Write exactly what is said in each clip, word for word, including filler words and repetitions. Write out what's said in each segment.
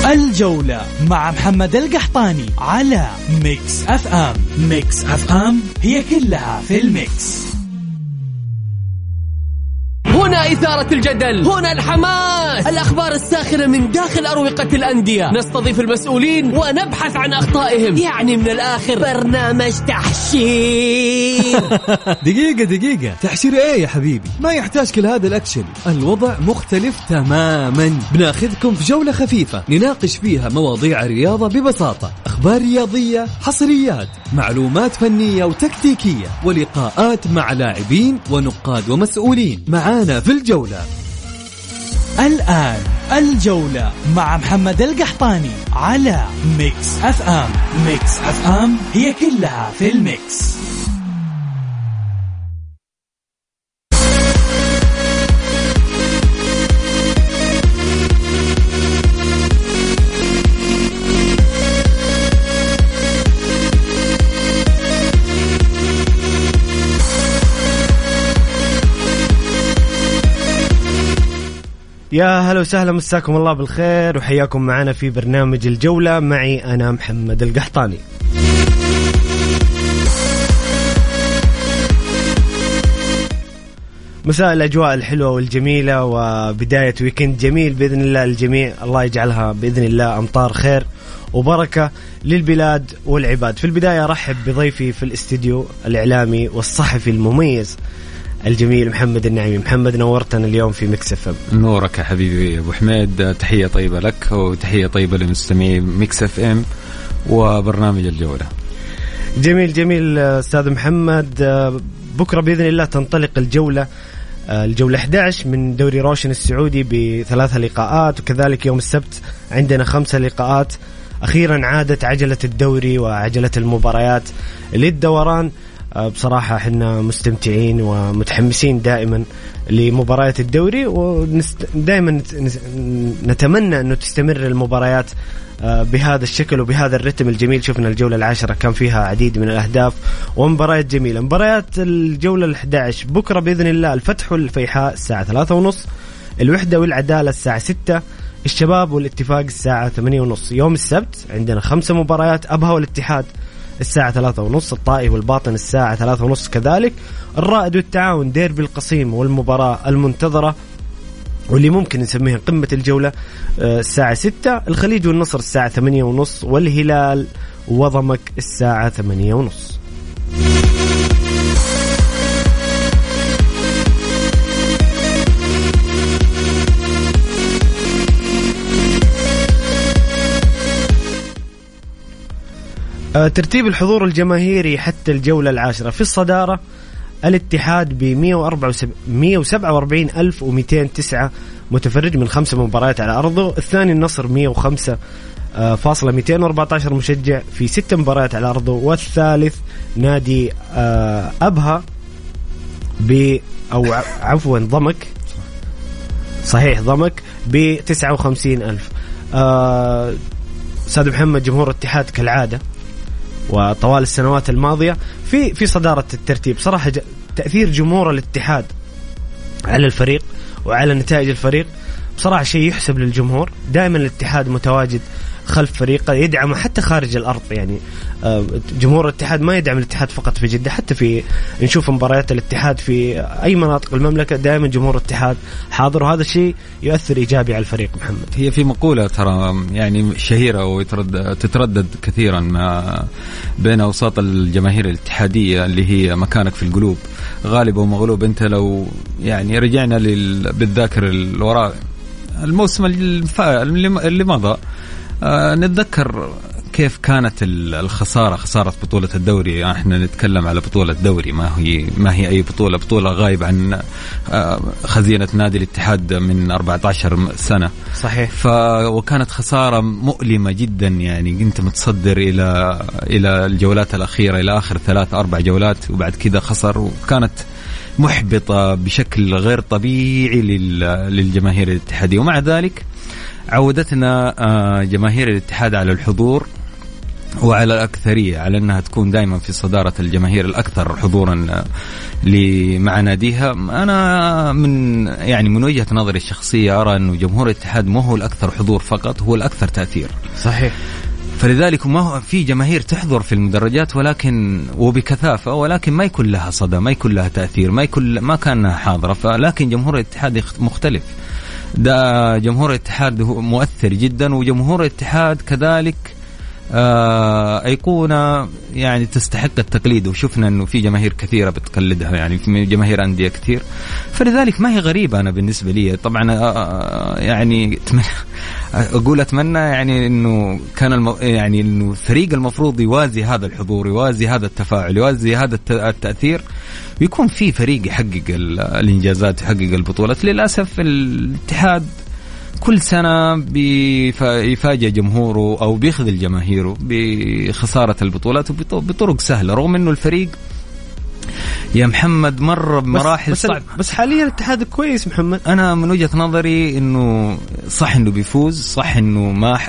الجولة مع محمد القحطاني على ميكس اف ام. ميكس اف ام هي كلها في الميكس. هنا إثارة الجدل، هنا الحماس، الأخبار الساخنة من داخل أروقة الأندية، نستضيف المسؤولين ونبحث عن أخطائهم، يعني من الآخر برنامج تحشير. دقيقة دقيقة، تحشير إيه يا حبيبي؟ ما يحتاج كل هذا الأكشن، الوضع مختلف تماما. بناخذكم في جولة خفيفة نناقش فيها مواضيع الرياضة ببساطة، أخبار رياضية، حصريات، معلومات فنية وتكتيكية، ولقاءات مع لاعبين ونقاد ومسؤولين. معانا في الجولة. الآن الجولة مع محمد القحطاني على ميكس اف ام. ميكس اف ام هي كلها في الميكس. يا هلا وسهلا، مساكم الله بالخير وحياكم معنا في برنامج الجولة. معي أنا محمد القحطاني. مساء الأجواء الحلوة والجميلة وبداية ويكند جميل بإذن الله الجميع. الله يجعلها بإذن الله أمطار خير وبركة للبلاد والعباد. في البداية أرحب بضيفي في الاستديو الإعلامي والصحفي المميز الجميل محمد النعيمي. محمد نورتنا اليوم في ميكس اف ام. نورك يا حبيبي ابو حميد، تحيه طيبه لك وتحيه طيبه لمستمعي ميكس اف ام وبرنامج الجوله. جميل جميل استاذ محمد. بكره باذن الله تنطلق الجوله الجوله أحد عشر من دوري روشن السعودي بثلاث لقاءات، وكذلك يوم السبت عندنا خمسة لقاءات. اخيرا عادت عجله الدوري وعجله المباريات للدوران. بصراحة احنا مستمتعين ومتحمسين دائما لمباريات الدوري، ودائما نتمنى انه تستمر المباريات بهذا الشكل وبهذا الرتم الجميل. شفنا الجولة العاشرة كان فيها عديد من الأهداف ومباريات جميلة. مباريات الجولة الأحد عشر بكرة بإذن الله: الفتح والفيحاء الساعة ثلاثة ونص، الوحدة والعدالة الساعة ستة، الشباب والاتفاق الساعة ثمانية ونص. يوم السبت عندنا خمسة مباريات: أبها والاتحاد الساعة ثلاثة ونص، الطائي والباطن الساعة ثلاثة ونص كذلك، الرائد والتعاون، ديربي القصيم والمباراة المنتظرة واللي ممكن نسميها قمة الجولة الساعة ستة، الخليج والنصر الساعة ثمانية ونص، والهلال وضمك الساعة ثمانية ونص. ترتيب الحضور الجماهيري حتى الجولة العاشرة: في الصدارة الاتحاد ب مئة وسبعة وأربعين ألف ومئتين وتسعة متفرج من خمسة مباريات على أرضه. الثاني النصر مئة وخمسة فاصلة مئتين وأربعة عشر مشجع في ستة مباريات على أرضه. والثالث نادي أبها ب أو عفوا ضمك صحيح ضمك ب تسعة وخمسين ألف. أستاذ محمد، جمهور الاتحاد كالعادة وطوال السنوات الماضية في في صدارة الترتيب. صراحة تأثير جمهور الاتحاد على الفريق وعلى نتائج الفريق بصراحة شيء يحسب للجمهور. دائما الاتحاد متواجد خلف فريقه، يدعمه حتى خارج الأرض. يعني جمهور الاتحاد ما يدعم الاتحاد فقط في جدة، حتى في نشوف مباريات الاتحاد في أي مناطق المملكة دائما جمهور الاتحاد حاضر، وهذا الشيء يؤثر إيجابي على الفريق. محمد، هي في مقولة ترى يعني شهيرة وتتردد كثيرا ما بين أوساط الجماهير الاتحادية اللي هي مكانك في القلوب غالب ومغلوب. أنت لو يعني رجعنا لل... بالذاكر الوراء الموسم اللي مضى آه نتذكر كيف كانت الخسارة خسارة بطولة الدوري. يعني احنا نتكلم على بطولة دوري، ما هي ما هي أي بطولة بطولة غايب عن آه خزينة نادي الاتحاد من أربعة عشر سنة. صحيح. ف وكانت خسارة مؤلمة جدا. يعني انت متصدر إلى إلى الجولات الأخيرة، إلى آخر ثلاث أربع جولات، وبعد كذا خسر، وكانت محبطة بشكل غير طبيعي للجماهير الاتحادية. ومع ذلك عودتنا جماهير الاتحاد على الحضور وعلى الأكثرية على أنها تكون دائما في صدارة الجماهير الأكثر حضورا مع ناديها. أنا من يعني من وجهة نظري الشخصية أرى أنه جمهور الاتحاد ما هو الأكثر حضور فقط، هو الأكثر تأثير. صحيح. فلذلك ما هو في جماهير تحضر في المدرجات ولكن وبكثافة، ولكن ما يكون لها صدى، ما يكون لها تأثير، ما يكون ما كانها حاضرة. فلكن جمهور الاتحاد مختلف، ده جمهور الاتحاد مؤثر جدا، وجمهور الاتحاد كذلك آه أيقونة يعني تستحق التقليد، وشفنا أنه في جماهير كثيرة بتقلدها، يعني في جماهير أندية كثير. فلذلك ما هي غريبة أنا بالنسبة لي طبعا. آه يعني أقول أتمنى يعني أنه كان الم... يعني أنه الفريق المفروض يوازي هذا الحضور، يوازي هذا التفاعل، يوازي هذا التأثير، ويكون في فريق يحقق الإنجازات، يحقق البطولات. للأسف الاتحاد كل سنة بيفاجئ جمهوره أو بيخذل جماهيره بخسارة البطولات بطرق سهلة، رغم أنه الفريق يا محمد مر بمراحل بس, صعبة. بس حاليا الاتحاد كويس محمد. أنا من وجهة نظري أنه صح أنه بيفوز، صح أنه ما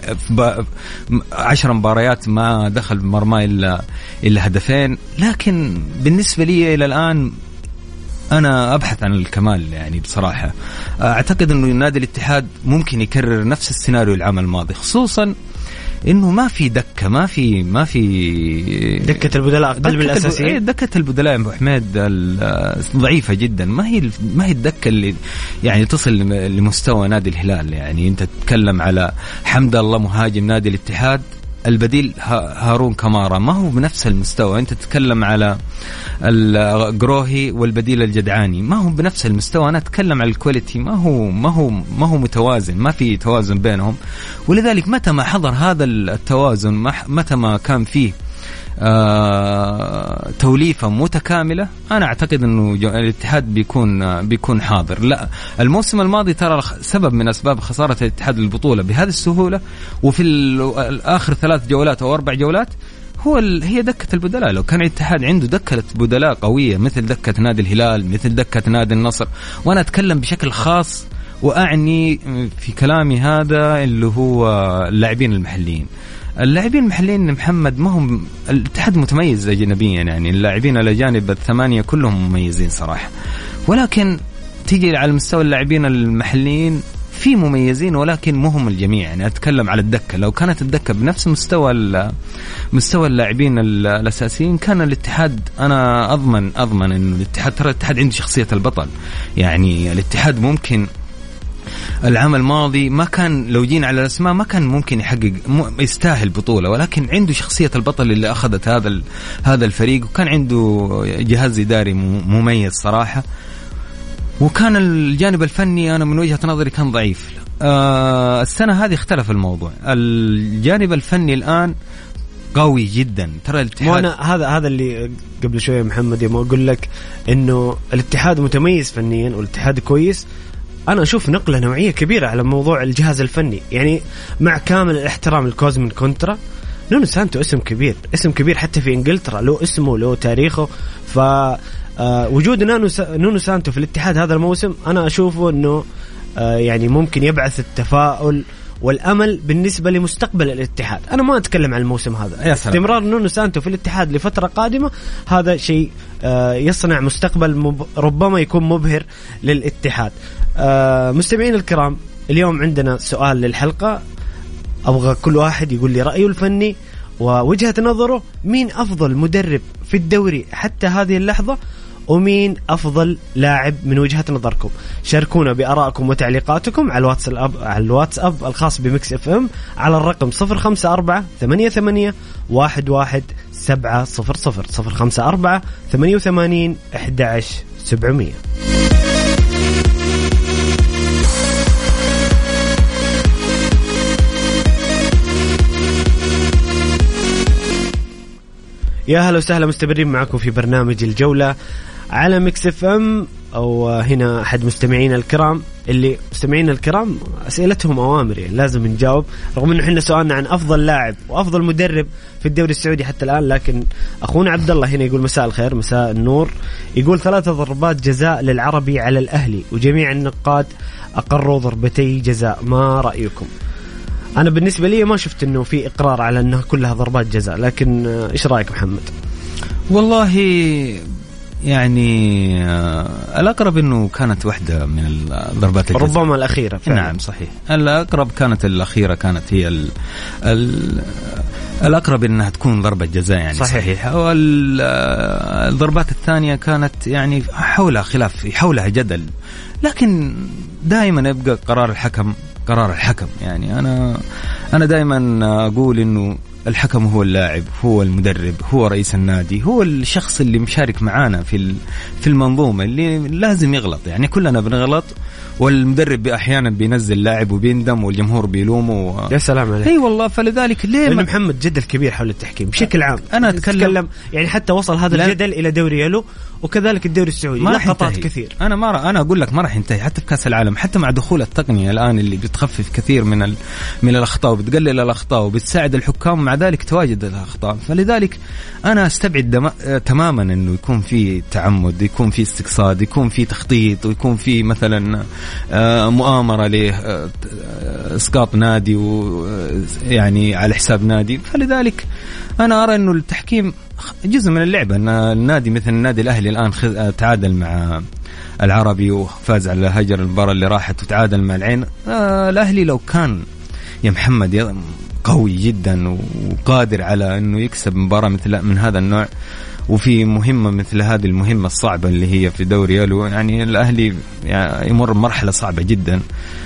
عشر مباريات ما دخل بمرمى إلا إلا هدفين، لكن بالنسبة لي إلى الآن أنا أبحث عن الكمال. يعني بصراحة أعتقد أنه نادي الاتحاد ممكن يكرر نفس السيناريو العام الماضي، خصوصا إنه ما في دكة، ما في ما في دكة البدلاء قلب الأساسيين. دكة البدلاء يا أبو حميد ضعيفة جدا، ما هي ما هي الدكة اللي يعني تصل لمستوى نادي الهلال. يعني أنت تتكلم على حمد الله مهاجم نادي الاتحاد، البديل هارون كمارا ما هو بنفس المستوى. أنت تتكلم على القروهي والبديل الجدعاني ما هو بنفس المستوى. أنا أتكلم على الكواليتي، ما هو ما هو ما هو متوازن، ما في توازن بينهم. ولذلك متى ما حضر هذا التوازن، متى ما كان فيه آه توليفة متكاملة، أنا أعتقد أنه الاتحاد بيكون بيكون حاضر. لا، الموسم الماضي ترى سبب من أسباب خسارة الاتحاد البطولة بهذه السهولة وفي الآخر ثلاث جولات أو أربع جولات هو هي دكة البدلاء. لو كان الاتحاد عنده دكة بدلاء قوية مثل دكة نادي الهلال، مثل دكة نادي النصر، وأنا أتكلم بشكل خاص وأعني في كلامي هذا اللي هو اللاعبين المحليين. اللاعبين المحليين محمد ما هم الاتحاد متميز أجنبيا، يعني اللاعبين الأجانب الثمانية كلهم مميزين صراحة، ولكن تيجي على مستوى اللاعبين المحليين في مميزين ولكن مو هم الجميع. يعني أتكلم على الدكة، لو كانت الدكة بنفس مستوى مستوى اللاعبين الأساسيين كان الاتحاد، أنا أضمن أضمن إنه الاتحاد ترى الاتحاد عنده شخصية البطل. يعني الاتحاد ممكن العام الماضي ما كان، لو جينا على الأسماء ما كان ممكن يحقق يستاهل بطولة، ولكن عنده شخصية البطل اللي أخذت هذا هذا الفريق، وكان عنده جهاز إداري مميز صراحة، وكان الجانب الفني أنا من وجهة نظري كان ضعيف. آه السنة هذه اختلف الموضوع، الجانب الفني الآن قوي جدا. ترى الاتحاد وانا هذا هذا اللي قبل شوية محمد يوم أقول لك إنه الاتحاد متميز فنيا والاتحاد كويس، أنا أشوف نقلة نوعية كبيرة على موضوع الجهاز الفني. يعني مع كامل الاحترام لكوزمين كونترا، نونو سانتو اسم كبير، اسم كبير حتى في إنجلترا، له اسمه له تاريخه. ف وجود نونو سانتو في الاتحاد هذا الموسم أنا أشوفه أنه يعني ممكن يبعث التفاؤل والأمل بالنسبة لمستقبل الاتحاد. أنا ما أتكلم عن الموسم هذا، استمرار نونو سانتو في الاتحاد لفترة قادمة هذا شيء يصنع مستقبل ربما يكون مبهر للاتحاد. مستمعين الكرام، اليوم عندنا سؤال للحلقة، أبغى كل واحد يقول لي رأيه الفني ووجهة نظره، مين أفضل مدرب في الدوري حتى هذه اللحظة، ومين أفضل لاعب من وجهة نظركم. شاركونا بآرائكم وتعليقاتكم على الواتساب على الواتساب الخاص بميكس اف ام على الرقم صفر خمسة أربعة ثمانية ثمانية واحد واحد سبعة صفر صفر صفر خمسة أربعة ثمانية ثمانية أحد عشر سبعمية. يا هلا وسهلا، مستمرين معكم في برنامج الجولة على ميكس اف ام. او هنا احد مستمعينا الكرام، اللي مستمعينا الكرام اسئلتهم اوامر، يعني لازم نجاوب، رغم انه احنا سؤالنا عن افضل لاعب وافضل مدرب في الدوري السعودي حتى الان. لكن اخونا عبد الله هنا يقول مساء الخير، مساء النور، يقول ثلاثة ضربات جزاء للعربي على الاهلي وجميع النقاد اقروا ضربتي جزاء، ما رايكم؟ انا بالنسبه لي ما شفت انه في اقرار على انها كلها ضربات جزاء، لكن ايش رايك محمد؟ والله يعني الأقرب أنه كانت واحدة من الضربات الجزاء، ربما الأخيرة فعلا. نعم صحيح، الأقرب كانت الأخيرة، كانت هي ال ال الأقرب أنها تكون ضربة جزاء يعني صحيح, صحيح. والضربات الثانية كانت يعني حولها خلاف، حولها جدل، لكن دائما يبقى قرار الحكم قرار الحكم. يعني أنا أنا دائما أقول أنه الحكم هو اللاعب، هو المدرب، هو رئيس النادي، هو الشخص اللي مشارك معانا في في المنظومة، اللي لازم يغلط. يعني كلنا بنغلط، والمدرب أحيانا بينزل لاعب وبيندم والجمهور بيلومه و... يا سلام عليك. اي والله، فلذلك ليه ما... محمد جدل كبير حول التحكيم بشكل عام. أنا أتكلم... أتكلم يعني حتى وصل هذا لا... الجدل إلى دوري يلو، وكذلك الدوري السعودي لقطات كثير. أنا ما ر... أنا أقول لك ما راح ينتهي حتى في كأس العالم، حتى مع دخول التقنية الآن اللي بتخفف كثير من ال... من الأخطاء وبتقلل الأخطاء وبتساعد الحكام، مع ذلك تواجد الأخطاء. فلذلك أنا أستبعد دم... تماما إنه يكون في تعمد، يكون في استقصاد، يكون في تخطيط، ويكون في مثلا آه مؤامرة لإسقاط نادي ويعني على حساب نادي. فلذلك أنا أرى إنه التحكيم جزء من اللعبة. أن النادي مثل النادي الأهلي الآن تعادل مع العربي وفاز على هجر المباراة اللي راحت، وتعادل مع العين. آه الأهلي لو كان يا محمد قوي جدا وقادر على إنه يكسب مباراة مثل من هذا النوع، وفي مهمة مثل هذه المهمة الصعبة اللي هي في دوري يلو، يعني الأهلي يمر بمرحلة صعبة جدا.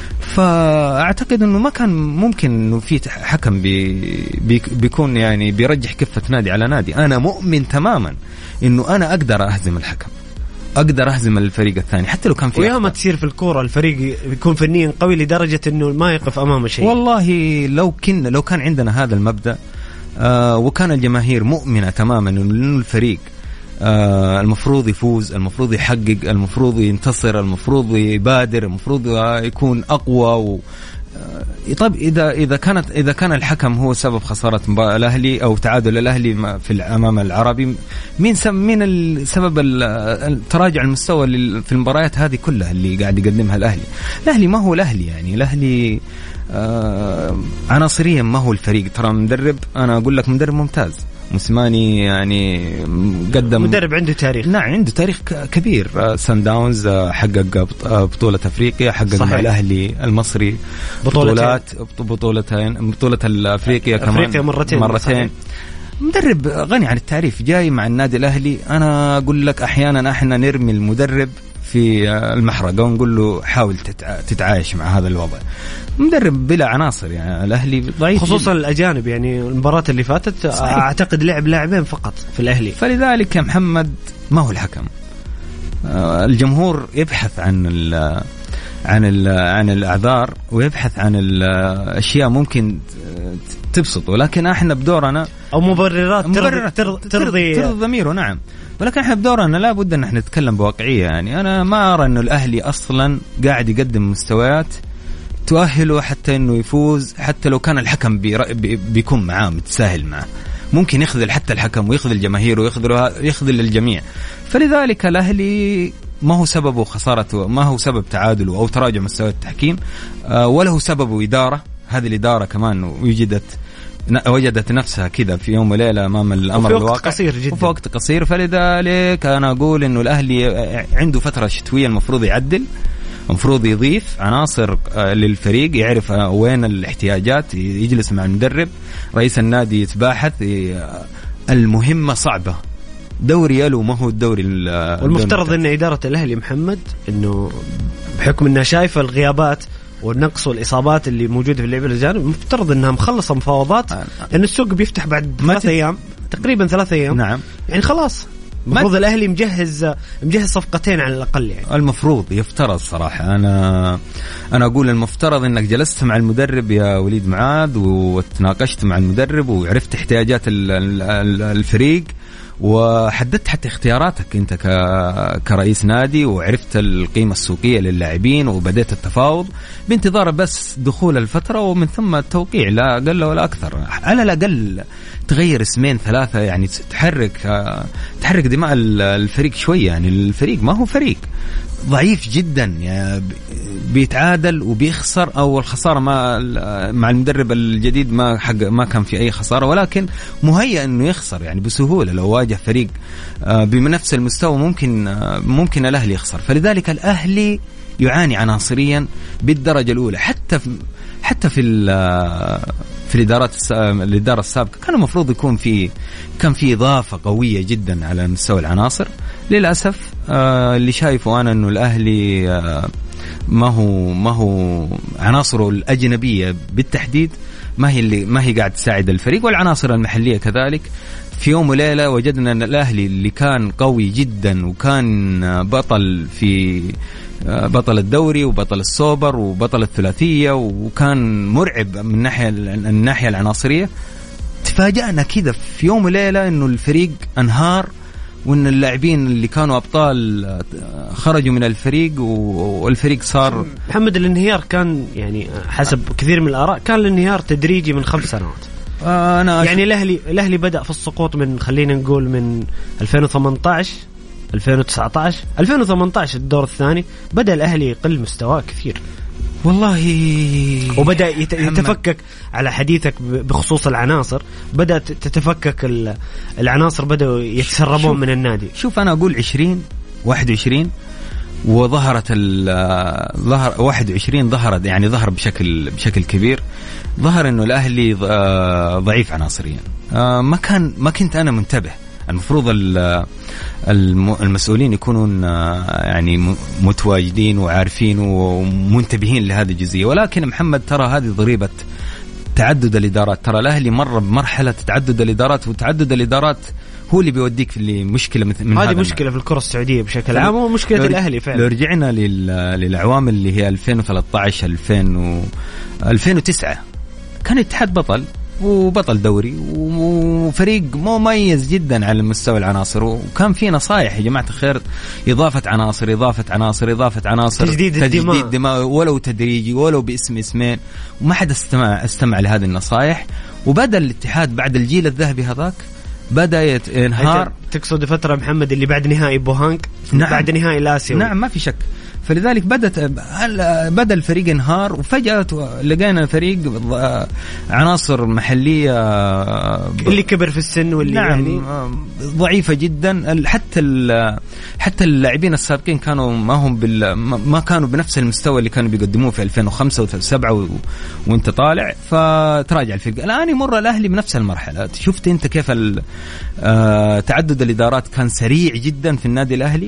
فأعتقد أنه ما كان ممكن أنه في حكم بي بي بيكون يعني بيرجح كفة نادي على نادي. أنا مؤمن تماما أنه أنا أقدر أهزم الحكم، أقدر أهزم الفريق الثاني حتى لو كان في وياما تصير في الكورة الفريق يكون فنيا قوي لدرجة أنه ما يقف أمامه شيء. والله لو كنا لو كان عندنا هذا المبدأ آه وكان الجماهير مؤمنة تماما أنه الفريق آه المفروض يفوز، المفروض يحقق، المفروض ينتصر، المفروض يبادر، المفروض يكون أقوى و طيب إذا إذا كانت إذا كان الحكم هو سبب خسارة الأهلي أو تعادل الأهلي في أمام العربي، مين سبب مين السبب التراجع المستوى في المباريات هذه كلها اللي قاعد يقدمها الأهلي؟ الأهلي ما هو الأهلي، يعني الأهلي آه عناصريا ما هو الفريق. ترى مدرب، أنا أقول لك مدرب ممتاز موسيماني، يعني قدم مدرب عنده تاريخ. نعم عنده تاريخ كبير. سان داونز حقق بطولة أفريقيا، حقق مع الأهلي المصري بطولات بطولتين، بطولة الأفريقيا كمان أفريقيا مرتين مرتين. مدرب غني عن التعريف جاي مع النادي الأهلي. أنا أقول لك أحيانا احنا نرمي المدرب في المحرقة ونقول له حاول تتعايش مع هذا الوضع. مدرب بلا عناصر، يعني الأهلي ضعيف خصوصا الأجانب. يعني المباراة اللي فاتت صحيح. أعتقد لعب لاعبين فقط في الأهلي. فلذلك يا محمد ما هو الحكم. الجمهور يبحث عن ال عن ال عن الأعذار، ويبحث عن الأشياء ممكن تبسط، ولكن احنا بدورنا او مبررات ترضي ترضي ضميره. نعم، ولكن احنا بدورنا لا بد ان احنا نتكلم بواقعيه. يعني انا ما ارى انه الاهلي اصلا قاعد يقدم مستويات تؤهله حتى انه يفوز، حتى لو كان الحكم بي بيكون معاه متساهل معه، ممكن يخذل حتى الحكم ويخذل الجماهير ويخذل يخذل الجميع. فلذلك الاهلي ما هو سببه خسارته، ما هو سبب تعادله او تراجع مستوى التحكيم، ولا هو سببه اداره. هذه الاداره كمان وجدت وجدت نفسها كذا في يوم وليلة أمام الأمر الواقع، وفي وقت قصير جدا، وفي وقت قصير. فلذلك أنا أقول إنه الأهلي عنده فترة شتوية، المفروض يعدل، المفروض يضيف عناصر للفريق، يعرف وين الاحتياجات، يجلس مع المدرب، رئيس النادي يتباحث. المهمة صعبة، دوري يلو ما هو الدوري. والمفترض أن إدارة الأهلي محمد إنه بحكم إنها شايفة الغيابات والنقص والإصابات اللي موجودة في اللعبة الأجانب، مفترض أنها مخلصة مفاوضات، لأن السوق بيفتح بعد ثلاثة أيام تقريبا ثلاثة أيام. نعم، يعني خلاص المفروض الأهلي مجهز مجهز صفقتين على الأقل. يعني المفروض يفترض صراحة، أنا أنا أقول المفترض أنك جلست مع المدرب يا وليد معاذ وتناقشت مع المدرب وعرفت احتياجات الفريق، وحددت حتى اختياراتك أنت كرئيس نادي، وعرفت القيمة السوقية للاعبين، وبدأت التفاوض بانتظار بس دخول الفترة ومن ثم التوقيع، لا أقل ولا أكثر. على الأقل تغير اسمين ثلاثة، يعني تحرك تحرك دماء الفريق شوية. يعني الفريق ما هو فريق، ضعيف جدا، يعني بيتعادل وبيخسر، أو الخسارة ما مع المدرب الجديد ما حق ما كان في أي خسارة، ولكن مهيأ إنه يخسر يعني بسهولة. لو واجه فريق بنفس المستوى ممكن ممكن الأهلي يخسر. فلذلك الأهلي يعاني عناصريا بالدرجة الأولى. حتى في حتى في في الإدارات الإدارة السابقة كان المفروض يكون في كان في إضافة قوية جدا على مستوى العناصر. للأسف آه اللي شايفه أنا إنه الأهلي آه ما هو ما هو عناصره الأجنبية بالتحديد ما هي اللي ما هي قاعد تساعد الفريق، والعناصر المحلية كذلك. في يوم وليلة وجدنا أن الأهلي اللي كان قوي جدا وكان بطل في بطل الدوري وبطل السوبر وبطل الثلاثية وكان مرعب من ناحية الناحية العناصرية، تفاجأنا كذا في يوم وليلة إنه الفريق انهار، وإن اللاعبين اللي كانوا أبطال خرجوا من الفريق والفريق صار. محمد الانهيار كان يعني حسب كثير من الآراء كان الانهيار تدريجي من خمس سنوات. أنا يعني الأهلي الأهلي بدأ في السقوط من خلينا نقول من ألفين وثمانية عشر ألفين وتسعة عشر ألفين وثمانية عشر الدور الثاني بدأ الأهلي يقل مستواه كثير والله، وبدأ يتفكك. على حديثك بخصوص العناصر، بدأت تتفكك العناصر، بدأوا يتسربون من النادي. شوف أنا أقول عشرين واحد وعشرين وظهرت ظهر واحد وعشرين ظهرت يعني ظهر بشكل بشكل كبير، ظهر إنه الأهلي ضعيف عناصريا. ما كان ما كنت أنا منتبه. المفروض المسؤولين يكونون يعني متواجدين وعارفين ومنتبهين لهذه الجزئية، ولكن محمد ترى هذه ضريبة تعدد الإدارات. ترى الأهلي مر بمرحلة تعدد الإدارات، وتعدد الإدارات هو اللي بيوديك في اللي مشكلة من هذه مشكلة في الكرة السعودية بشكل عام، ومشكلة الأهلي فعلا. لو رجعنا للأعوام اللي هي ألفين وثلاثة عشر ألفين وتسعة كان الاتحاد بطل وبطل دوري وفريق مميز جدا على مستوى العناصر، وكان في نصائح يا جماعة الخير: إضافة عناصر إضافة عناصر إضافة عناصر تجديد, تجديد الدماء. الدماء ولو تدريجي ولو باسم اسمين، وما حد استمع استمع لهذه النصائح. وبدأ الاتحاد بعد الجيل الذهبي هذاك بدأ ينهار. تقصد فترة محمد اللي بعد نهائي بوهانك؟ نعم. بعد نهائي الآسيوي. نعم ما في شك. فلذلك بدأت بدأ الفريق انهار، وفجأة لقينا فريق عناصر محلية اللي كبر في السن واللي نعم يعني ضعيفة جدا. حتى حتى اللاعبين السابقين كانوا ما هم بال ما كانوا بنفس المستوى اللي كانوا بيقدموه في ألفين وخمسة وسبعة وانت طالع. فتراجع الفريق. الآن يمر الأهلي بنفس المرحلة. شفت انت كيف تعدد الإدارات كان سريع جدا في النادي الأهلي.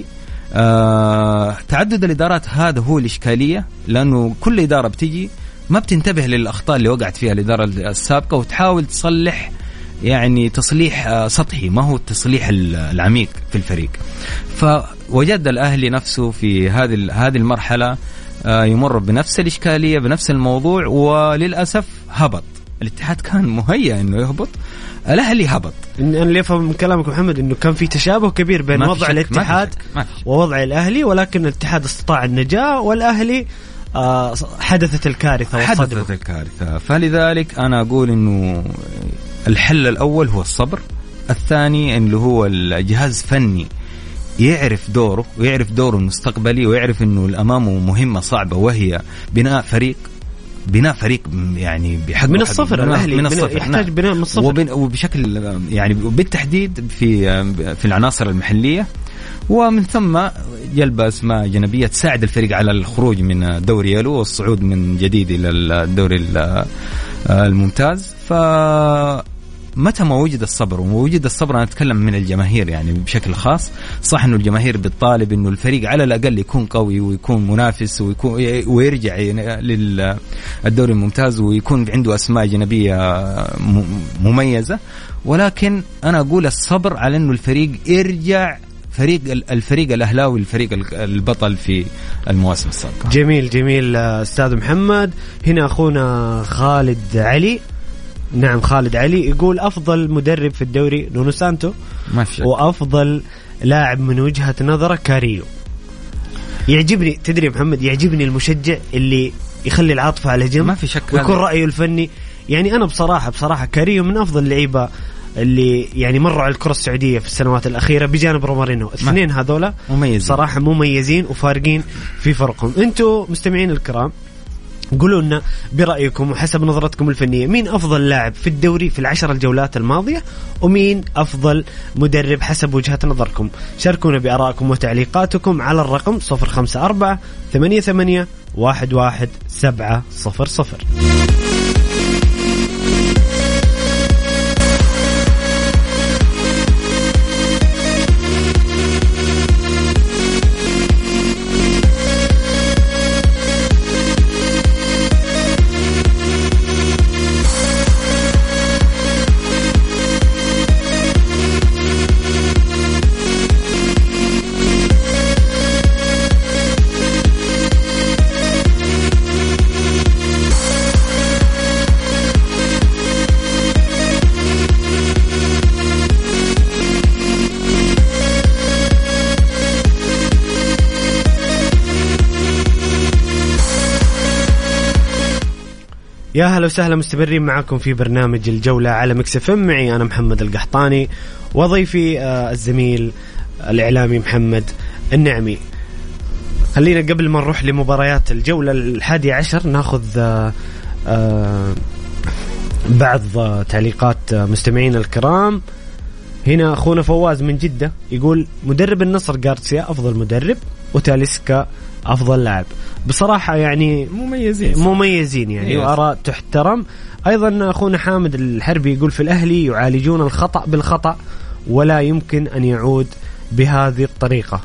آه، تعدد الإدارات هذا هو الإشكالية، لأنه كل إدارة بتيجي ما بتنتبه للأخطاء اللي وقعت فيها الإدارة السابقة وتحاول تصلح يعني تصليح آه سطحي، ما هو التصليح العميق في الفريق. فوجد الأهلي نفسه في هذه هذه المرحلة آه يمر بنفس الإشكالية بنفس الموضوع، وللأسف هبط. الاتحاد كان مهيأ إنه يهبط، الأهلي هبط. أنا اللي أفهم من كلامك محمد إنه كان في تشابه كبير بين وضع الاتحاد ووضع الأهلي، ولكن الاتحاد استطاع النجاة والأهلي آه حدثت الكارثة حدثت الكارثة. فلذلك أنا أقول إنه الحل الأول هو الصبر، الثاني إنه هو الجهاز فني يعرف دوره ويعرف دوره المستقبلي، ويعرف إنه الأمامه مهمة صعبة وهي بناء فريق بناء فريق يعني بحق من الصفر. الأهلي من الصفر يحتاج بناء من الصفر، وبشكل يعني بالتحديد في في العناصر المحلية، ومن ثم جلب أسماء جنبية تساعد الفريق على الخروج من دوري يلو والصعود من جديد إلى الدوري الممتاز. ف متى ما وجد الصبر ووجد الصبر، أنا أتكلم من الجماهير يعني بشكل خاص. صح إنه الجماهير بتطالب إنه الفريق على الأقل يكون قوي ويكون منافس ويكون ويرجع للدوري الممتاز ويكون عنده أسماء جنبية مميزة، ولكن أنا أقول الصبر على إنه الفريق يرجع فريق الفريق الأهلاوي الفريق البطل في المواسم السابقة. جميل جميل أستاذ محمد. هنا أخونا خالد علي، نعم خالد علي، يقول أفضل مدرب في الدوري نونو سانتو، وأفضل لاعب من وجهة نظره كاريو. يعجبني تدري محمد، يعجبني المشجع اللي يخلي العاطفة على جنب، ما في شك، ويكون رأيه الفني. يعني أنا بصراحة بصراحة كاريو من أفضل لعيبة اللي يعني مروا على الكرة السعودية في السنوات الأخيرة بجانب رومارينو. الاثنين هذولا صراحة مميزين وفارقين في فرقهم. أنتوا مستمعين الكرام قولوا لنا برأيكم وحسب نظرتكم الفنية مين أفضل لاعب في الدوري في العشر الجولات الماضية ومين أفضل مدرب حسب وجهة نظركم. شاركونا بآرائكم وتعليقاتكم على الرقم صفر خمسة أربعة ثمانية ثمانية واحد واحد سبعة صفر صفر. يا هلا وسهلا، مستمرين معكم في برنامج الجولة على ميكس اف ام. معي أنا محمد القحطاني وضيفي آه الزميل الإعلامي محمد النعمي. خلينا قبل ما نروح لمباريات الجولة الحادية عشر ناخذ آه آه بعض آه تعليقات آه مستمعين الكرام. هنا أخونا فواز من جدة يقول مدرب النصر غارسيا أفضل مدرب وتاليسكا أفضل لاعب. بصراحة يعني مميزين مميزين يعني وآراء تحترم. أيضا أخونا حامد الحربي يقول في الأهلي يعالجون الخطأ بالخطأ ولا يمكن أن يعود بهذه الطريقة.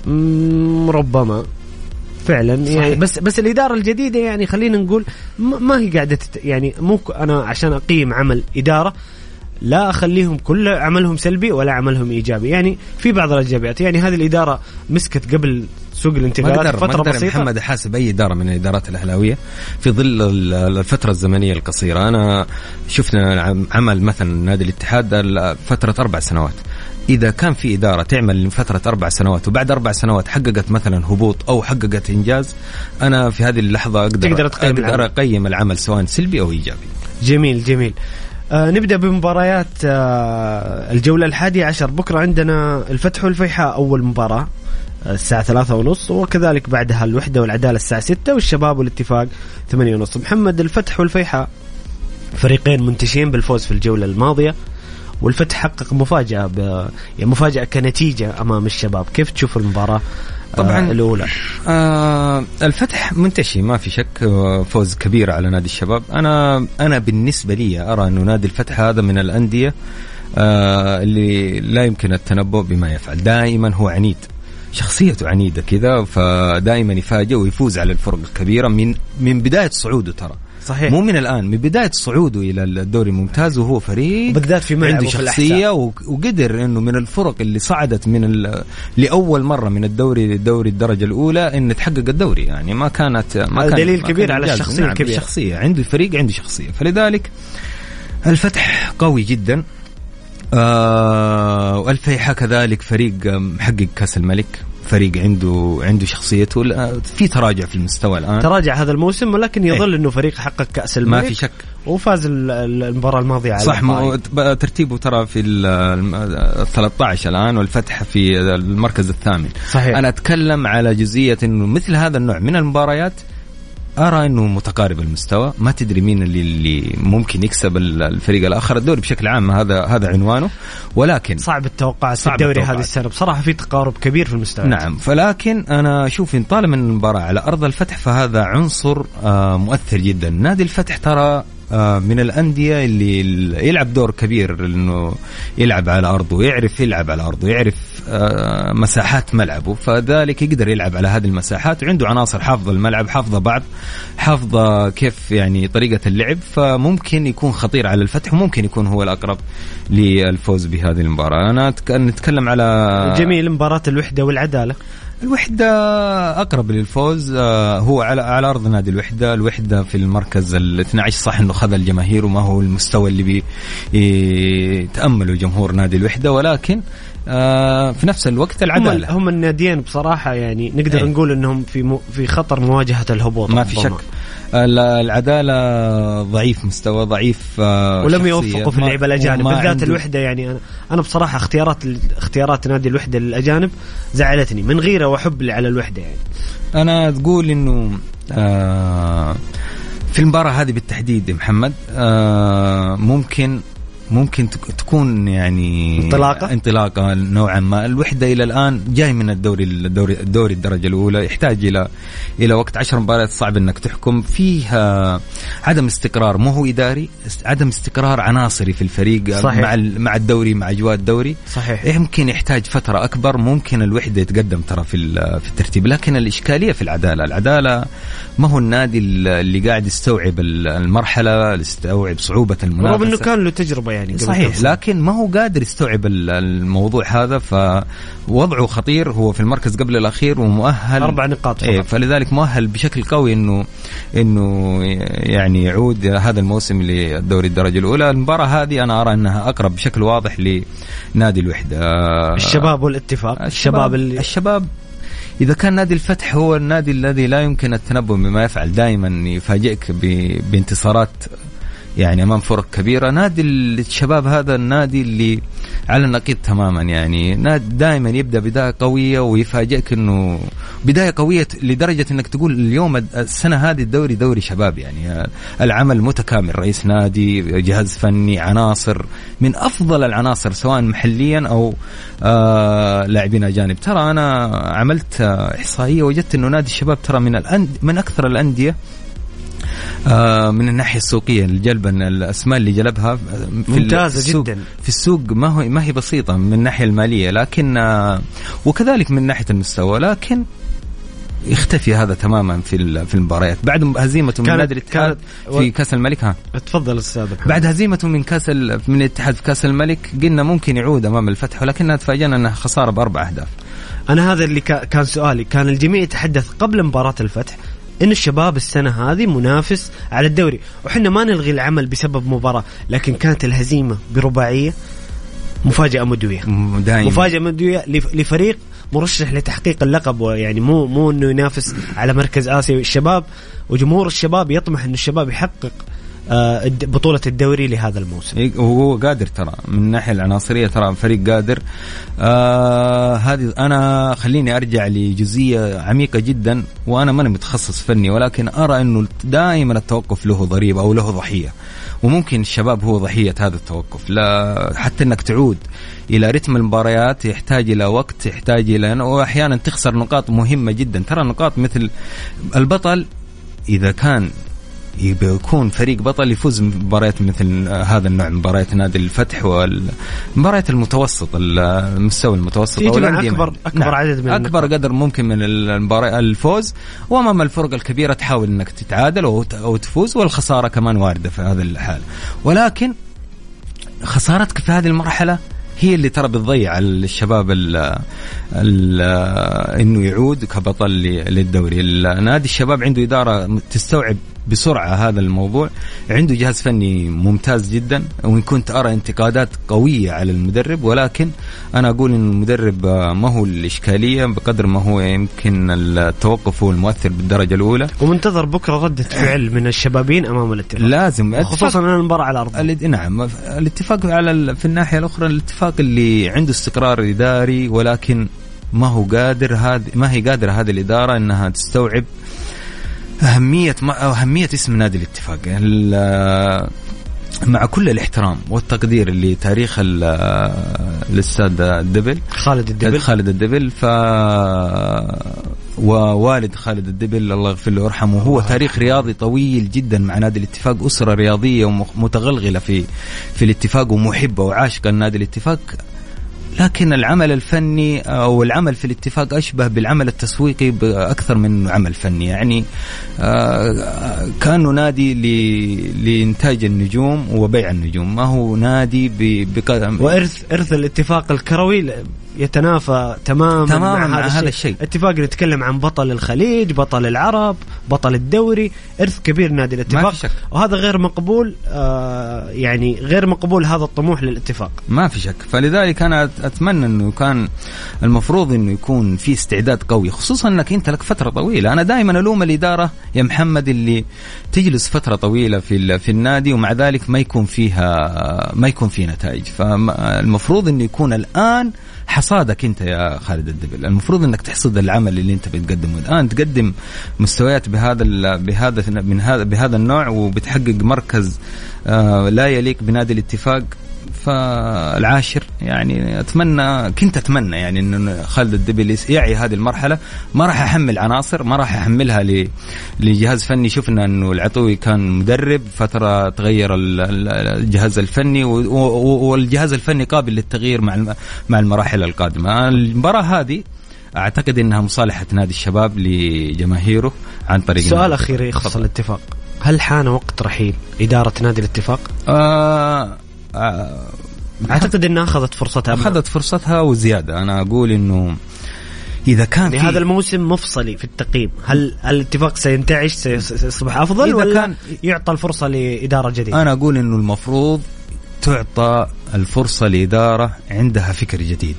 ربما فعلا يعني بس بس الإدارة الجديدة يعني خلينا نقول ما هي قاعدة يعني مو أنا عشان أقيم عمل إدارة لا أخليهم كل عملهم سلبي ولا عملهم إيجابي. يعني في بعض الإيجابيات. يعني هذه الإدارة مسكت قبل سوق الانتقالات فترة بسيطة. محمد حاسب أي إدارة من الإدارات الأهلاوية في ظل الفترة الزمنية القصيرة. أنا شفنا عمل مثلا نادي الاتحاد فترة أربع سنوات. إذا كان في إدارة تعمل لفترة أربع سنوات وبعد أربع سنوات حققت مثلا هبوط أو حققت إنجاز، أنا في هذه اللحظة أقدر, أقدر أقيم العمل سواء سلبي أو إيجابي. جميل جميل. آه نبدأ بمباريات آه الجولة الحادية عشر. بكرة عندنا الفتح والفيحاء أول مباراة الساعة ثلاثة ونص، وكذلك بعدها الوحدة والعدالة الساعة ستة، والشباب والاتفاق ثمانية ونص. محمد، الفتح والفيحاء فريقين منتشين بالفوز في الجولة الماضية، والفتح حقق مفاجأة ب... يعني مفاجأة كنتيجة أمام الشباب. كيف تشوف المباراة طبعا آه الأولى؟ آه الفتح منتشي ما في شك، فوز كبير على نادي الشباب. أنا أنا بالنسبة لي أرى أنه نادي الفتح هذا من الأندية آه اللي لا يمكن التنبؤ بما يفعل. دائما هو عنيد، شخصيته عنيدة كذا، فدائما يفاجئ ويفوز على الفرق الكبيرة من من بداية صعوده. ترى صحيح، مو من الآن، من بداية صعوده إلى الدوري الممتاز، وهو فريق بالذات في عنده شخصية، وقدر إنه من الفرق اللي صعدت من لأول مرة من الدوري للدوري الدرجة الأولى إن تحقق الدوري. يعني ما كانت ما كان دليل كبير على الشخصية. نعم، الكبيرة الشخصية عنده فريق عنده شخصية، فلذلك الفتح قوي جدا. آه والفيحاء كذلك فريق محقق كأس الملك، فريق عنده عنده شخصيته. في تراجع في المستوى الآن، تراجع هذا الموسم، ولكن يظل إيه؟ إنه فريق حقق كأس الملك ما في شك، وفاز المباراة الماضية على صح. ترتيبه ترى في ال ثلاثة عشر الآن، والفتح في المركز الثامن. صحيح. أنا أتكلم على جزئية إنه مثل هذا النوع من المباريات أرى أنه متقارب المستوى، ما تدري مين اللي, اللي ممكن يكسب الفريق الآخر. الدوري بشكل عام هذا هذا عنوانه، ولكن صعب التوقع في الدوري هذه السنة. بصراحة في تقارب كبير في المستوى. نعم، فلكن أنا أشوف إن طالما المباراة على أرض الفتح فهذا عنصر آه مؤثر جدا. نادي الفتح ترى آه من الأندية اللي يلعب دور كبير، لأنه يلعب على أرضه ويعرف يلعب على أرضه، يعرف آه مساحات ملعبه، فذلك يقدر يلعب على هذه المساحات، وعنده عناصر حافظة الملعب، حافظة بعض، حافظة كيف يعني طريقة اللعب، فممكن يكون خطير على الفتح، وممكن يكون هو الأقرب للفوز بهذه المباراة. أنا نتكلم على جميل مباراة الوحدة والعدالة. الوحدة أقرب للفوز، هو على على أرض نادي الوحدة. الوحدة في المركز الاثنى عشر، صح إنه خذ الجماهير وما هو المستوى اللي بيتأمله جمهور نادي الوحدة، ولكن في نفس الوقت العدالة. هم, هم الناديين بصراحة يعني نقدر ايه؟ نقول إنهم في مو في خطر مواجهة الهبوط، ما في شك. العدالة ضعيف، مستوى ضعيف، ولم يوفقوا في اللعيبة الأجانب بالذات الوحدة. يعني أنا أنا بصراحة اختيارات اختيارات نادي الوحدة للأجانب زعلتني من غيرة وحب على الوحدة. يعني أنا تقول إنه آه في المباراة هذه بالتحديد محمد آه ممكن ممكن تكون يعني انطلاقة انطلاقة نوعا ما. الوحدة إلى الآن جاي من الدوري الدوري الدوري الدرجة الأولى، يحتاج إلى إلى وقت. عشر مباريات صعب إنك تحكم فيها. عدم استقرار، مو هو إداري، عدم استقرار عناصري في الفريق. صحيح. مع مع الدوري، مع أجواء الدوري. صحيح. يمكن يحتاج فترة أكبر. ممكن الوحدة يتقدم ترى في في الترتيب، لكن الإشكالية في العدالة. العدالة ما هو النادي اللي قاعد يستوعب المرحلة، يستوعب صعوبة المنافسة، رغم إنه كان له تجربة يعني. صحيح، لكن ما هو قادر يستوعب الموضوع هذا، فوضعه خطير. هو في المركز قبل الأخير ومؤهل أربع نقاط فقط. إيه، فلذلك مؤهل بشكل قوي إنه إنه يعني يعود هذا الموسم للدوري الدرجة الأولى. المباراة هذه أنا أرى أنها أقرب بشكل واضح لنادي الوحدة. الشباب والاتفاق. الشباب اللي... الشباب إذا كان نادي الفتح هو النادي الذي لا يمكن التنبؤ بما يفعل، دائما يفاجئك ب... بانتصارات يعني أمام فرق كبيرة. نادي الشباب هذا النادي اللي على النقيض تماما، يعني نادي دائما يبدأ بداية قوية ويفاجئك إنه بداية قوية لدرجة إنك تقول اليوم السنة هذه الدوري دوري شباب. يعني العمل متكامل، رئيس نادي، جهاز فني، عناصر من أفضل العناصر سواء محليا أو آه لاعبين أجانب. ترى أنا عملت إحصائية وجدت إنه نادي الشباب ترى من الأند من أكثر الأندية آه من الناحية السوقية، الجلبا الأسماء اللي جلبها في ممتازة السوق جدا في السوق، ما هو ما هي بسيطة من الناحية المالية، لكن آه وكذلك من ناحية المستوى. لكن يختفي هذا تماما في في المباريات بعد هزيمته من نادي الاتحاد في كأس الملك. ها تفضل أستاذ محمد. بعد هزيمته من كأس من الاتحاد في كأس الملك قلنا ممكن يعود أمام الفتح، ولكنها تفاجأنا أنها خسارة بأربع أهداف. أنا هذا اللي كان سؤالي. كان الجميع يتحدث قبل مباراة الفتح إن الشباب السنة هذه منافس على الدوري، وحنا ما نلغي العمل بسبب مباراة، لكن كانت الهزيمة برباعية مفاجأة مدوية. دائما مفاجأة مدوية لفريق مرشح لتحقيق اللقب، ويعني مو مو إنه ينافس على مركز آسيا. الشباب وجمهور الشباب يطمح إن الشباب يحقق بطولة الدوري لهذا الموسم، وهو قادر ترى من الناحية العناصرية، ترى فريق قادر. آه هذه أنا خليني أرجع لجزئية عميقة جدا، وأنا ماني متخصص فني، ولكن أرى إنه دائما التوقف له ضريبة أو له ضحية، وممكن الشباب هو ضحية هذا التوقف. لا حتى إنك تعود إلى رتم المباريات يحتاج إلى وقت، يحتاج إلى، وأحيانا تخسر نقاط مهمة جدا. ترى نقاط مثل البطل إذا كان يكون فريق بطل يفوز بمباريات مثل هذا النوع، مباريات نادي الفتح والمباريات المتوسط، المستوى المتوسط أو أكبر أكبر نعم. عدد من أكبر النقاط. قدر ممكن من المباريات الفوز، وأمام الفرق الكبيرة تحاول إنك تتعادل أو تفوز، والخسارة كمان واردة في هذا الحال. ولكن خسارتك في هذه المرحلة هي اللي ترى بتضيع الشباب ال ال إنه يعود كبطل للدوري. نادي الشباب عنده إدارة تستوعب بسرعة هذا الموضوع، عنده جهاز فني ممتاز جدا، وإن كنت أرى انتقادات قوية على المدرب، ولكن أنا أقول إن المدرب ما هو الإشكالية بقدر ما هو يمكن التوقف هو المؤثر بالدرجة الأولى. ومنتظر بكرة ردة فعل من الشبابين أمام الاتفاق، لازم، خصوصا أن المباراة على الأرض. نعم، الاتفاق على في الناحية الأخرى الاتفاق اللي عنده استقرار إداري، ولكن ما هو قادر هذه ما هي قادرة هذه الإدارة إنها تستوعب أهمية أهمية اسم نادي الاتفاق. مع كل الاحترام والتقدير لتاريخ الأستاذ الدبل خالد الدبل خالد الدبل ف ووالد خالد الدبل الله يغفر له ويرحمه، هو تاريخ رياضي طويل جدا مع نادي الاتفاق، أسرة رياضية ومتغلغلة في في الاتفاق ومحبة وعاشقة النادي الاتفاق. لكن العمل الفني أو العمل في الاتفاق أشبه بالعمل التسويقي أكثر من عمل فني، يعني كانوا نادي لإنتاج النجوم وبيع النجوم، ما هو نادي بقدم. وإرث إرث الاتفاق الكروي يتنافى تماما تماما مع هذا, هذا الشيء. اتفاق نتكلم عن بطل الخليج، بطل العرب، بطل الدوري، إرث كبير نادي الاتفاق، وهذا غير مقبول. آه يعني غير مقبول هذا الطموح للاتفاق، ما في شك. فلذلك أنا أتمنى أنه كان المفروض أنه يكون في استعداد قوي، خصوصا أنك أنت لك فترة طويلة. أنا دائما ألوم الإدارة يا محمد اللي تجلس فترة طويلة في في النادي ومع ذلك ما يكون فيها ما يكون فيه نتائج. فالمفروض أنه يكون الآن حصادك أنت يا خالد الدبل، المفروض أنك تحصد العمل اللي أنت بتقدمه الآن، تقدم مستويات بهذا بهذا من هذا بهذا النوع وبتحقق مركز آه لا يليق بنادي الاتفاق. فالعاشر يعني أتمنى كنت أتمنى يعني إنه خالد الدبل يعي هذه المرحلة. ما راح أحمل عناصر، ما راح أحملها لجهاز فني. شفنا إنه العطوي كان مدرب فترة، تغير الجهاز الفني والجهاز الفني قابل للتغيير مع مع المراحل القادمة. المباراة هذه أعتقد إنها مصالحة نادي الشباب لجماهيره عن طريق. سؤال أخير يخص الاتفاق، هل حان وقت رحيل إدارة نادي الاتفاق؟ آه أعتقد أنها أخذت فرصتها أخذت فرصتها وزيادة. أنا أقول إنه إذا كان يعني هذا الموسم مفصلي في التقييم، هل الاتفاق سينتعش سيصبح أفضل ولا كان يعطى الفرصة لإدارة جديدة؟ أنا أقول إنه المفروض تعطى الفرصة لإدارة عندها فكر جديد،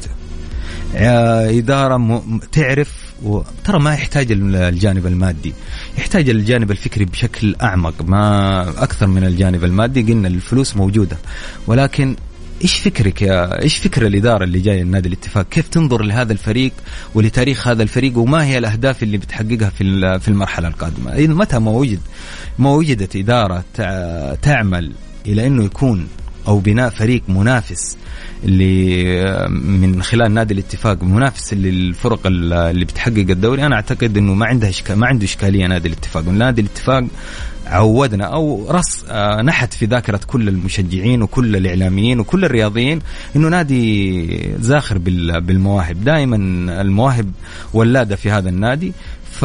إدارة م... تعرف وترى ما يحتاج الجانب المادي، يحتاج الجانب الفكري بشكل أعمق ما أكثر من الجانب المادي. قلنا الفلوس موجودة، ولكن إيش فكرك يا إيش فكر الإدارة اللي جاية النادي الاتفاق؟ كيف تنظر لهذا الفريق ولتاريخ هذا الفريق، وما هي الأهداف اللي بتحققها في في المرحلة القادمة؟ متى ما وجد ما وجدت إدارة تعمل إلى إنه يكون أو بناء فريق منافس اللي من خلال نادي الاتفاق منافس للفرق اللي بتحقق الدوري، أنا أعتقد إنه ما عنده إشكال ما عنده إشكالية نادي الاتفاق. ونادي الاتفاق عودنا أو رص نحت في ذاكرة كل المشجعين وكل الإعلاميين وكل الرياضيين إنه نادي زاخر بالمواهب، دائما المواهب ولادة في هذا النادي. ف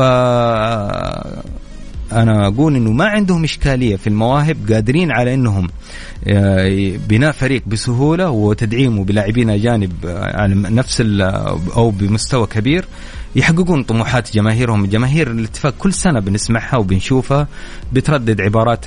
أنا أقول إنه ما عندهم إشكالية في المواهب، قادرين على إنهم بناء فريق بسهولة وتدعيمه بلاعبين أجانب على نفس أو بمستوى كبير يحققون طموحات جماهيرهم. جماهير الاتفاق كل سنة بنسمعها وبنشوفها بتردد عبارات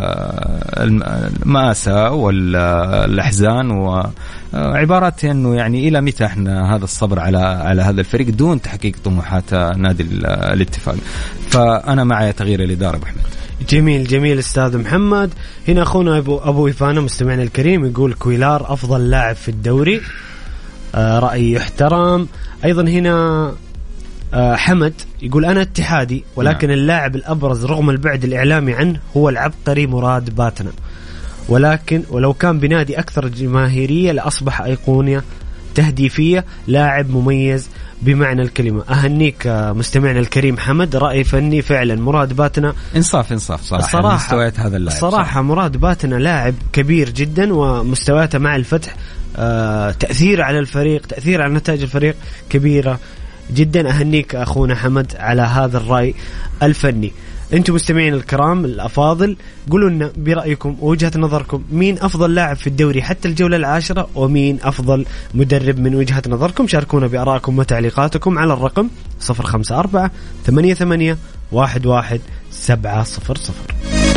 المآسى والأحزان وعبارات إنه يعني إلى متى إحنا هذا الصبر على على هذا الفريق دون تحقيق طموحات نادي الاتفاق. فأنا معي تغيير الإدارة بحمد. جميل جميل أستاذ محمد. هنا أخونا أبو أبو إفانا مستمعنا الكريم يقول كويلار أفضل لاعب في الدوري، آه رأي يحترم. أيضا هنا آه حمد يقول أنا اتحادي ولكن نعم. اللاعب الأبرز رغم البعد الإعلامي عنه هو العبقري مراد باتنا، ولكن ولو كان بنادي أكثر جماهيرية لأصبح أيقونية تهديفية، لاعب مميز بمعنى الكلمة. أهنيك مستمعنا الكريم حمد، رأي فني فعلا مراد باتنا إنصاف إنصاف صراحة. الصراحة مستويات هذا اللاعب الصراحة مراد باتنا لاعب كبير جدا ومستوياته مع الفتح آه تأثير على الفريق، تأثير على نتائج الفريق كبيرة جدا. أهنيك أخونا حمد على هذا الرأي الفني. أنتم مستمعين الكرام الأفاضل قولوا لنا برأيكم ووجهة نظركم مين أفضل لاعب في الدوري حتى الجولة العاشرة ومين أفضل مدرب من وجهة نظركم. شاركونا بآرائكم وتعليقاتكم على الرقم صفر خمسة أربعة ثمانية ثمانية واحد واحد سبعة صفر صفر.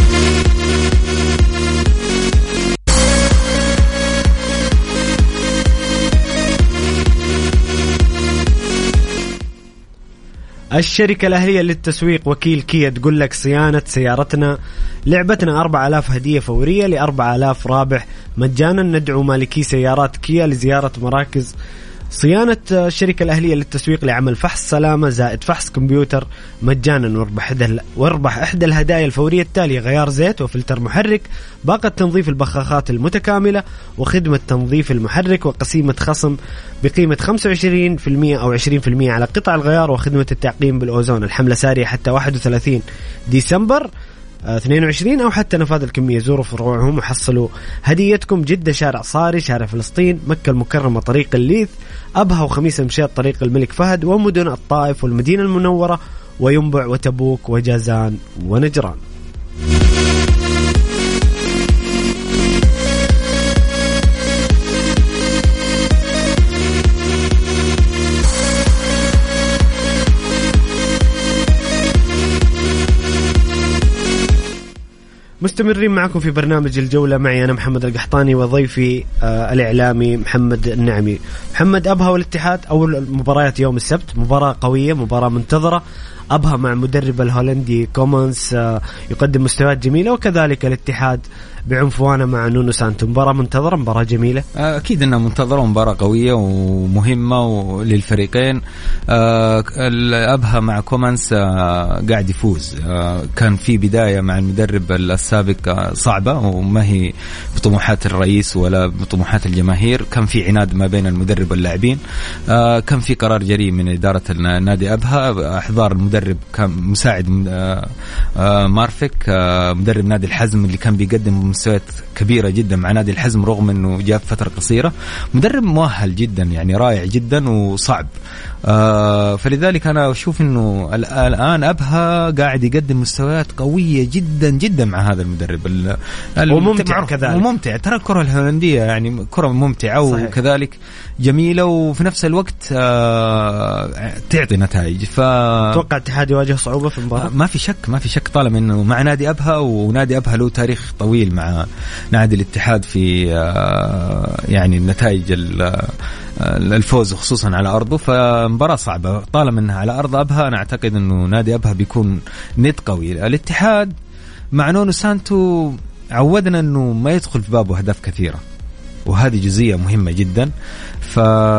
الشركة الأهلية للتسويق وكيل كيا تقول لك صيانة سيارتنا لعبتنا أربعة آلاف هدية فورية لأربعة آلاف رابح مجانا. ندعو مالكي سيارات كيا لزيارة مراكز صيانة الشركة الأهلية للتسويق لعمل فحص سلامة زائد فحص كمبيوتر مجانا، واربح واربح إحدى الهدايا الفورية التالية: غيار زيت وفلتر محرك، باقة تنظيف البخاخات المتكاملة، وخدمة تنظيف المحرك، وقسيمة خصم بقيمة خمسة وعشرين بالمئة أو عشرين بالمئة على قطع الغيار، وخدمة التعقيم بالأوزون. الحملة سارية حتى واحد وثلاثين ديسمبر اثنين وعشرين أو حتى نفاذ الكمية. زوروا فروعهم وحصلوا هديتكم. جدة شارع صاري، شارع فلسطين، مكة المكرمة طريق الليث، أبها وخميس مشيط طريق الملك فهد، ومدن الطائف والمدينة المنورة وينبع وتبوك وجازان ونجران. مستمرين معكم في برنامج الجولة، معي أنا محمد القحطاني وضيفي آه الإعلامي محمد النعمي. محمد، أبها والاتحاد أول مباريات يوم السبت، مباراة قوية، مباراة منتظرة. أبها مع مدرب الهولندي كومانس آه يقدم مستويات جميلة، وكذلك الاتحاد بعنفوانه مع نونو سانتو. مباراة منتظرة، مباراة جميلة. أكيد أنها منتظرة ومباراة قوية ومهمة للفريقين. أبها مع كومانس قاعد يفوز. كان في بداية مع المدرب السابق صعبة وما هي بطموحات الرئيس ولا بطموحات الجماهير. كان في عناد ما بين المدرب واللاعبين. كان في قرار جريء من إدارة النادي أبها إحضار المدرب كان مساعد مارفك مدرب نادي الحزم اللي كان بيقدم مستويات كبيرة جدا مع نادي الحزم رغم أنه جاء فترة قصيرة. مدرب مؤهل جدا يعني رائع جدا وصعب. آه فلذلك أنا أشوف أنه الآن أبها قاعد يقدم مستويات قوية جدا جدا مع هذا المدرب وممتع كذلك. وممتع ترى الكرة الهولندية يعني كرة ممتعة صحيح. وكذلك جميلة وفي نفس الوقت آه تعطي نتائج. فتوقع الاتحاد يواجه صعوبة في المباراة؟ ما في شك ما في شك طالما أنه مع نادي أبها، ونادي أبها له تاريخ طويل مع نادي الاتحاد في آه يعني النتائج الفوز خصوصا على أرضه. فمباراة صعبة طالما أنها على أرض أبها. أنا أعتقد أنه نادي أبها بيكون ند قوي. الاتحاد مع نونو سانتو عودنا أنه ما يدخل في بابه أهداف كثيرة، وهذه جزئية مهمة جدا. ف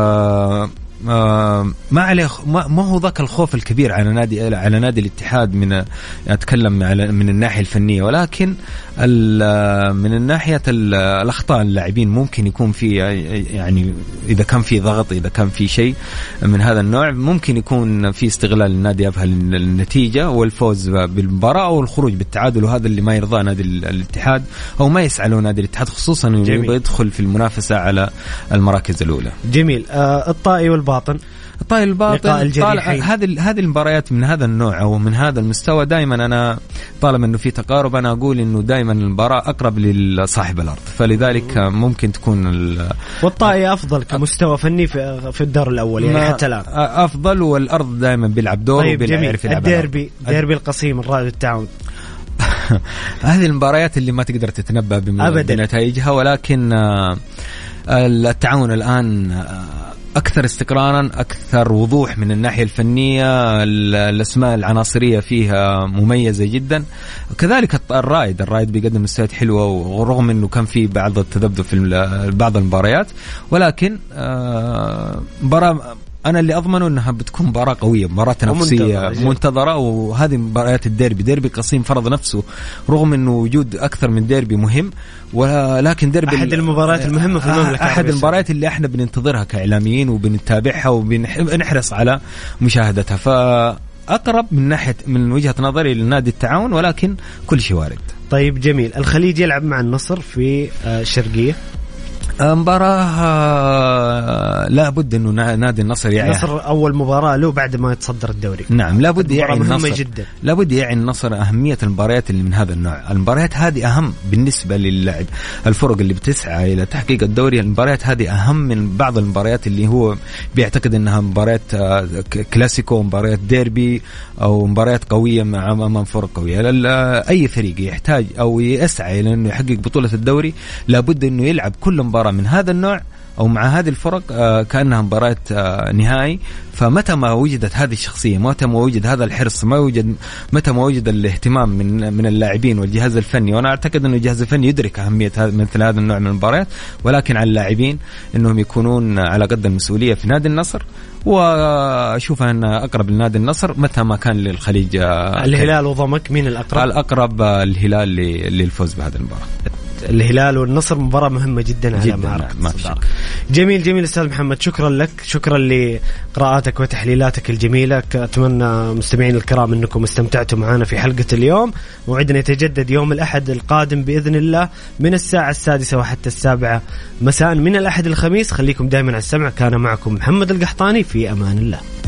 آه ما عليه ما, ما هو ذاك الخوف الكبير على نادي على نادي الاتحاد من أتكلم على من الناحية الفنية، ولكن من الناحية الأخطاء اللاعبين ممكن يكون في يعني إذا كان في ضغط إذا كان في شيء من هذا النوع ممكن يكون في استغلال النادي أبها للنتيجة والفوز بالمباراة أو الخروج بالتعادل، وهذا اللي ما يرضى نادي الاتحاد أو ما يسعى له نادي الاتحاد خصوصا إنه يبغى يدخل في المنافسة على المراكز الأولى. جميل. آه الطائي والباطن الطائي الباطن هذه هذه المباريات من هذا النوع او من هذا المستوى دائما انا طالما انه في تقارب انا اقول انه دائما المباراه اقرب لصاحب الارض، فلذلك ممكن تكون والطائي افضل كمستوى فني في في الدور الاول يعني حتى الان افضل، والارض دائما بيلعب دور طيب وبيعرف يلعب. الديربي ديربي القصيم الرائد التعاون هذه المباريات اللي ما تقدر تتنبأ بنتائجها، ولكن التعاون الآن أكثر استقرارا أكثر وضوح من الناحية الفنية. الأسماء العناصرية فيها مميزة جدا. كذلك الرائد الرائد بيقدم مستويات حلوة ورغم أنه كان في بعض التذبذب في بعض المباريات، ولكن مباراة أنا اللي أضمنه أنها بتكون مباراة قوية مباراة تنافسية منتظرة. وهذه مباريات الديربي ديربي قصيم فرض نفسه رغم أنه وجود أكثر من ديربي مهم، ولكن ديربي أحد المباريات المهمة في المملكة، أحد المباريات اللي احنا بننتظرها كإعلاميين وبنتابعها وبنحرص على مشاهدتها. فأقرب من ناحية من وجهة نظري للنادي التعاون، ولكن كل شيء وارد. طيب جميل. الخليج يلعب مع النصر في الشرقية، مباراة لا بد إنه نادي النصر يعني النصر أول مباراة له بعد ما يتصدر الدوري. نعم لا بد يعني النصر جدا. لا بد يعني النصر أهمية المباريات اللي من هذا النوع. المباريات هذه أهم بالنسبة للاعب الفرق اللي بتسعى إلى تحقيق الدوري. المباريات هذه أهم من بعض المباريات اللي هو بيعتقد إنها مباريات كلاسيكو مباريات ديربي أو مباريات قوية مع أمام فرق قوية. أي فريق يحتاج أو يسعى إلى إنه يحقق بطولة الدوري لا بد إنه يلعب كل مباراة من هذا النوع أو مع هذه الفرق آه كأنها مباراة آه نهائي. فمتى ما وجدت هذه الشخصية متى ما وجد هذا الحرص ما وجد متى ما وجد الاهتمام من من اللاعبين والجهاز الفني، وأنا أعتقد أن الجهاز الفني يدرك أهمية مثل هذا النوع من المباريات، ولكن على اللاعبين أنهم يكونون على قدر المسؤولية في نادي النصر. وأشوف أن أقرب لنادي النصر متى ما كان للخليج آه الهلال وضمك. مين الأقرب؟ الأقرب آه الهلال للفوز بهذه المباراة. الهلال والنصر مباراة مهمة جدا على جدا ما في شك. جميل جميل أستاذ محمد، شكرا لك، شكرا لقراءاتك وتحليلاتك الجميلة. أتمنى مستمعين الكرام أنكم استمتعتوا معنا في حلقة اليوم. موعدنا يتجدد يوم الأحد القادم بإذن الله من الساعة السادسة وحتى السابعة مساء من الأحد الخميس. خليكم دائما على السمع. كان معكم محمد القحطاني، في أمان الله.